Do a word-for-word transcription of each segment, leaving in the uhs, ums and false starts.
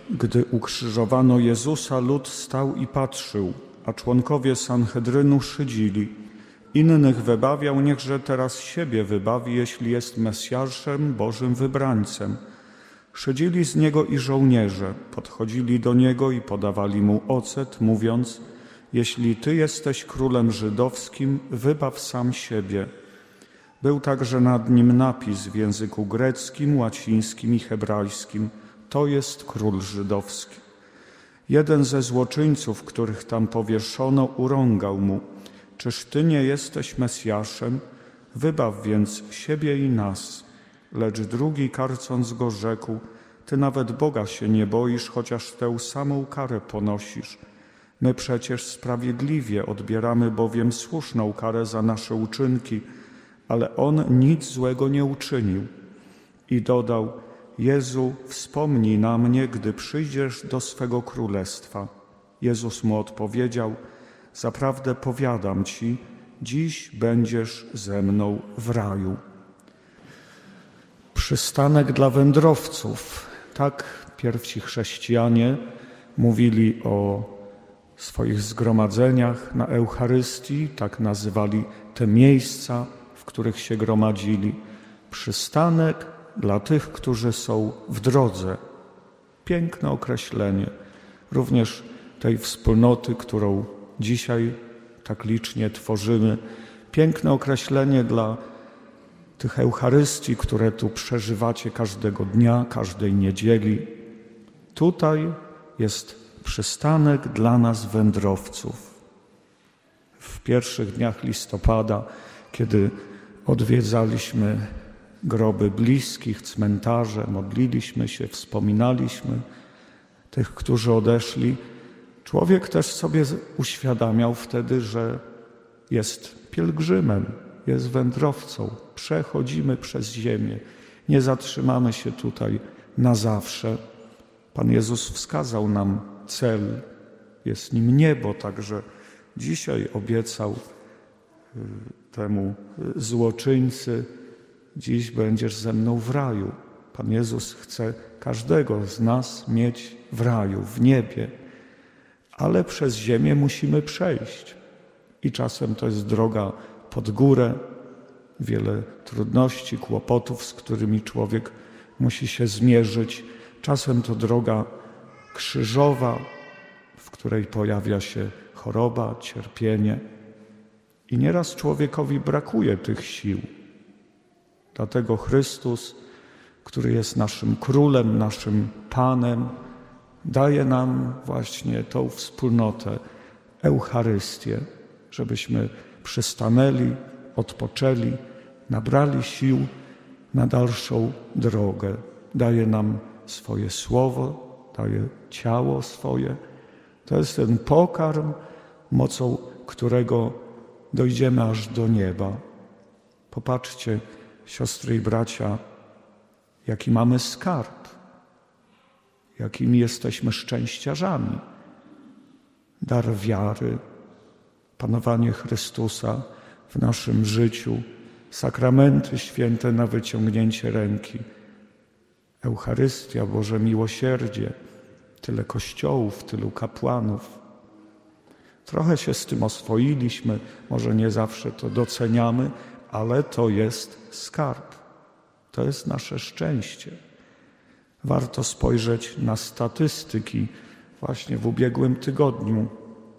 Gdy ukrzyżowano Jezusa, lud stał i patrzył, a członkowie Sanhedrynu szydzili. Innych wybawiał, niechże teraz siebie wybawi, jeśli jest Mesjaszem, Bożym wybrańcem. Szydzili z niego i żołnierze, podchodzili do niego i podawali mu ocet, mówiąc: jeśli ty jesteś królem żydowskim, wybaw sam siebie. Był także nad nim napis w języku greckim, łacińskim i hebrajskim: to jest król żydowski. Jeden ze złoczyńców, których tam powieszono, urągał mu: czyż ty nie jesteś Mesjaszem? Wybaw więc siebie i nas. Lecz drugi, karcąc go, rzekł: ty nawet Boga się nie boisz, chociaż tę samą karę ponosisz. My przecież sprawiedliwie odbieramy bowiem słuszną karę za nasze uczynki, ale on nic złego nie uczynił. I dodał: Jezu, wspomnij na mnie, gdy przyjdziesz do swego królestwa. Jezus mu odpowiedział: zaprawdę powiadam ci, dziś będziesz ze mną w raju. Przystanek dla wędrowców. Tak pierwsi chrześcijanie mówili o swoich zgromadzeniach na Eucharystii, tak nazywali te miejsca, w których się gromadzili. Przystanek dla tych, którzy są w drodze. Piękne określenie. Również tej wspólnoty, którą dzisiaj tak licznie tworzymy. Piękne określenie dla tych Eucharystii, które tu przeżywacie każdego dnia, każdej niedzieli. Tutaj jest przystanek dla nas wędrowców. W pierwszych dniach listopada, kiedy odwiedzaliśmy groby bliskich, cmentarze, modliliśmy się, wspominaliśmy tych, którzy odeszli, człowiek też sobie uświadamiał wtedy, że jest pielgrzymem, jest wędrowcą. Przechodzimy przez ziemię, nie zatrzymamy się tutaj na zawsze. Pan Jezus wskazał nam cel, jest nim niebo, także dzisiaj obiecał temu złoczyńcy: dziś będziesz ze mną w raju. Pan Jezus chce każdego z nas mieć w raju, w niebie, ale przez ziemię musimy przejść. I czasem to jest droga pod górę, wiele trudności, kłopotów, z którymi człowiek musi się zmierzyć. Czasem to droga krzyżowa, w której pojawia się choroba, cierpienie. I nieraz człowiekowi brakuje tych sił. Dlatego Chrystus, który jest naszym Królem, naszym Panem, daje nam właśnie tą wspólnotę, Eucharystię, żebyśmy przystanęli, odpoczęli, nabrali sił na dalszą drogę. Daje nam swoje słowo, daje ciało swoje. To jest ten pokarm, mocą którego dojdziemy aż do nieba. Popatrzcie, siostry i bracia, jaki mamy skarb, jakimi jesteśmy szczęściarzami. Dar wiary, panowanie Chrystusa w naszym życiu, sakramenty święte na wyciągnięcie ręki, Eucharystia, Boże miłosierdzie, tyle kościołów, tylu kapłanów. Trochę się z tym oswoiliśmy, może nie zawsze to doceniamy, ale to jest skarb. To jest nasze szczęście. Warto spojrzeć na statystyki. Właśnie w ubiegłym tygodniu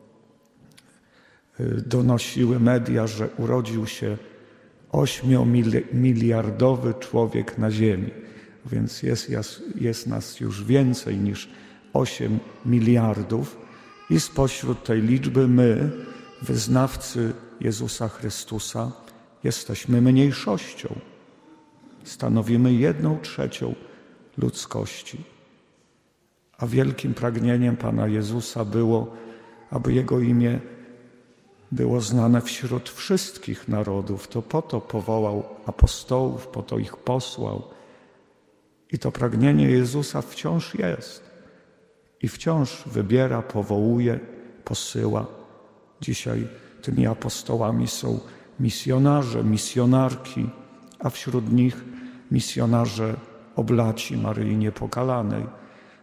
donosiły media, że urodził się ośmiomiliardowy człowiek na ziemi. Więc jest, jest nas już więcej niż osiem miliardów i spośród tej liczby my, wyznawcy Jezusa Chrystusa, jesteśmy mniejszością. Stanowimy jedną trzecią ludzkości. A wielkim pragnieniem Pana Jezusa było, aby Jego imię było znane wśród wszystkich narodów. To po to powołał apostołów, po to ich posłał. I to pragnienie Jezusa wciąż jest. I wciąż wybiera, powołuje, posyła. Dzisiaj tymi apostołami są misjonarze, misjonarki, a wśród nich misjonarze oblaci Maryi Niepokalanej.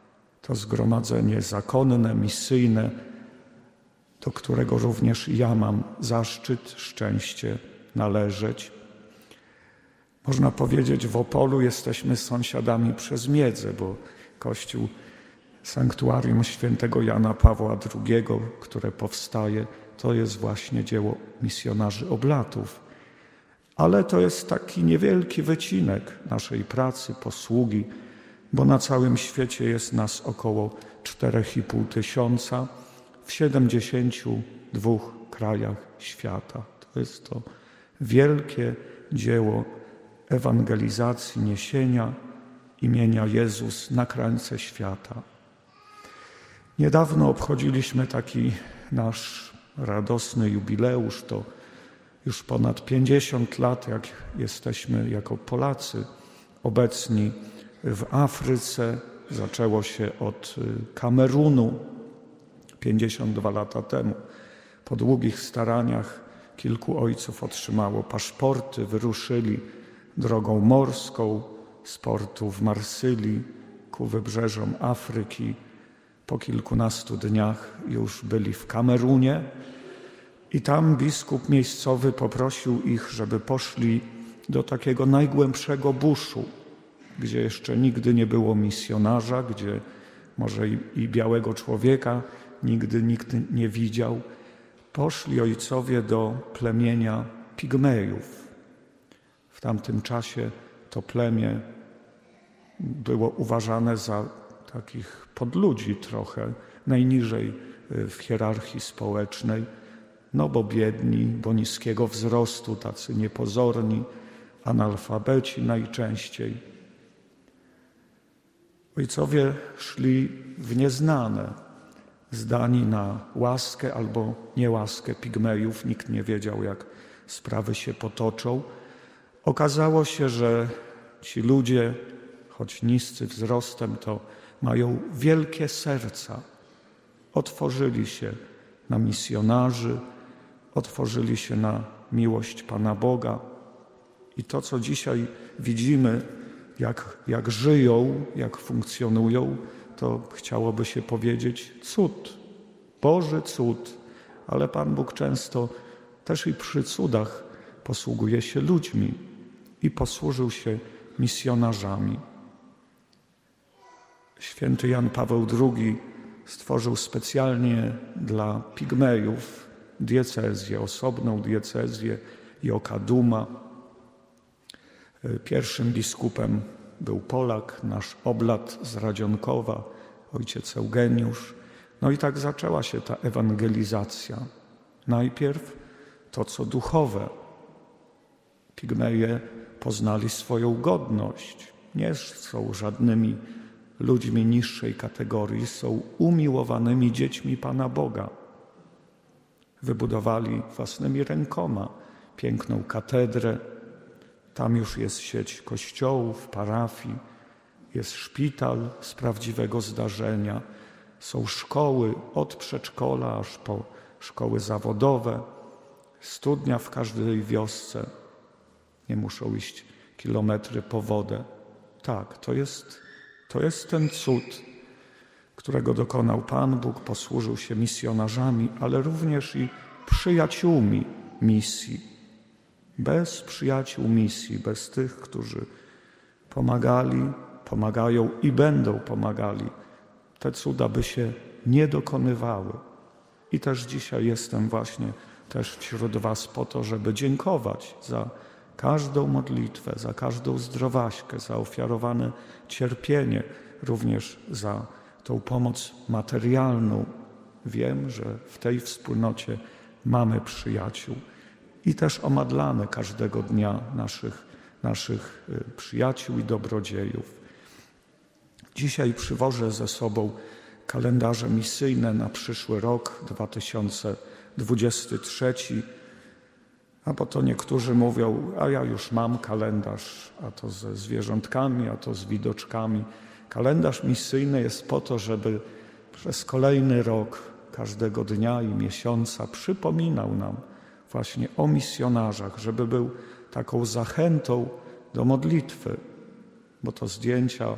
to zgromadzenie zakonne, misyjne, do którego również ja mam zaszczyt, szczęście należeć. Można powiedzieć, w Opolu jesteśmy sąsiadami przez miedzę, bo Kościół Sanktuarium Świętego Jana Pawła drugiego, które powstaje, to jest właśnie dzieło misjonarzy Oblatów. Ale to jest taki niewielki wycinek naszej pracy, posługi, bo na całym świecie jest nas około czterech i pół tysiąca w siedemdziesięciu dwóch krajach świata. To jest to wielkie dzieło ewangelizacji, niesienia imienia Jezus na krańce świata. Niedawno obchodziliśmy taki nasz radosny jubileusz, to już ponad pięćdziesiąt lat, jak jesteśmy jako Polacy obecni w Afryce. Zaczęło się od Kamerunu pięćdziesiąt dwa lata temu. Po długich staraniach kilku ojców otrzymało paszporty, wyruszyli drogą morską z portu w Marsylii ku wybrzeżom Afryki. Po kilkunastu dniach już byli w Kamerunie i tam biskup miejscowy poprosił ich, żeby poszli do takiego najgłębszego buszu, gdzie jeszcze nigdy nie było misjonarza, gdzie może i, i białego człowieka nigdy nikt nie widział. Poszli ojcowie do plemienia Pigmejów. W tamtym czasie to plemię było uważane za takich podludzi trochę, najniżej w hierarchii społecznej, no bo biedni, bo niskiego wzrostu, tacy niepozorni, analfabeci najczęściej. Ojcowie szli w nieznane, zdani na łaskę albo niełaskę Pigmejów. Nikt nie wiedział, jak sprawy się potoczą. Okazało się, że ci ludzie, choć niscy wzrostem, to mają wielkie serca. Otworzyli się na misjonarzy, otworzyli się na miłość Pana Boga. I to, co dzisiaj widzimy, jak, jak żyją, jak funkcjonują, to chciałoby się powiedzieć cud, Boży cud. Ale Pan Bóg często też i przy cudach posługuje się ludźmi i posłużył się misjonarzami. Święty Jan Paweł drugi stworzył specjalnie dla Pigmejów diecezję, osobną diecezję Jokaduma. Pierwszym biskupem był Polak, nasz oblat z Radzionkowa, ojciec Eugeniusz. No i tak zaczęła się ta ewangelizacja. Najpierw to, co duchowe. Pigmeje poznali swoją godność. Nie są żadnymi ludźmi niższej kategorii, są umiłowanymi dziećmi Pana Boga. Wybudowali własnymi rękoma piękną katedrę. Tam już jest sieć kościołów, parafii, jest szpital z prawdziwego zdarzenia. Są szkoły od przedszkola aż po szkoły zawodowe, studnia w każdej wiosce. Nie muszą iść kilometry po wodę. Tak, to jest, to jest ten cud, którego dokonał Pan Bóg, posłużył się misjonarzami, ale również i przyjaciółmi misji. Bez przyjaciół misji, bez tych, którzy pomagali, pomagają i będą pomagali, te cuda by się nie dokonywały. I też dzisiaj jestem właśnie też wśród was po to, żeby dziękować za każdą modlitwę, za każdą zdrowaśkę, za ofiarowane cierpienie, również za tą pomoc materialną. Wiem, że w tej wspólnocie mamy przyjaciół i też omadlamy każdego dnia naszych, naszych przyjaciół i dobrodziejów. Dzisiaj przywożę ze sobą kalendarze misyjne na przyszły rok, dwa tysiące dwudziesty trzeci. A bo to niektórzy mówią, a ja już mam kalendarz, a to ze zwierzątkami, a to z widoczkami. Kalendarz misyjny jest po to, żeby przez kolejny rok, każdego dnia i miesiąca przypominał nam właśnie o misjonarzach, żeby był taką zachętą do modlitwy, bo to zdjęcia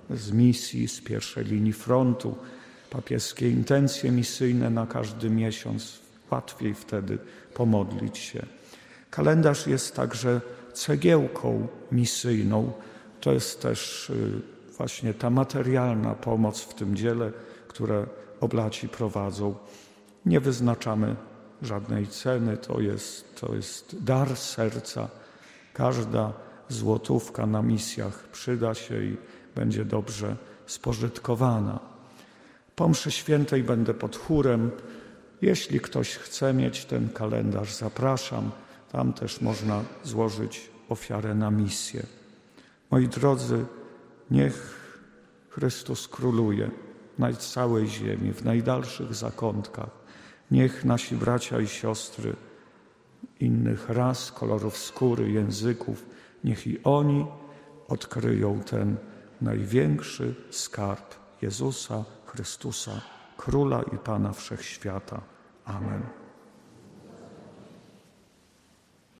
z misji, z pierwszej linii frontu, papieskie intencje misyjne na każdy miesiąc. Łatwiej wtedy pomodlić się. Kalendarz jest także cegiełką misyjną. To jest też właśnie ta materialna pomoc w tym dziele, które oblaci prowadzą. Nie wyznaczamy żadnej ceny, to jest, to jest dar serca. Każda złotówka na misjach przyda się i będzie dobrze spożytkowana. Po mszy świętej będę pod chórem. Jeśli ktoś chce mieć ten kalendarz, zapraszam. Tam też można złożyć ofiarę na misję. Moi drodzy, niech Chrystus króluje na całej ziemi, w najdalszych zakątkach. Niech nasi bracia i siostry innych ras, kolorów skóry, języków, niech i oni odkryją ten największy skarb Jezusa Chrystusa, Króla i Pana Wszechświata. Amen.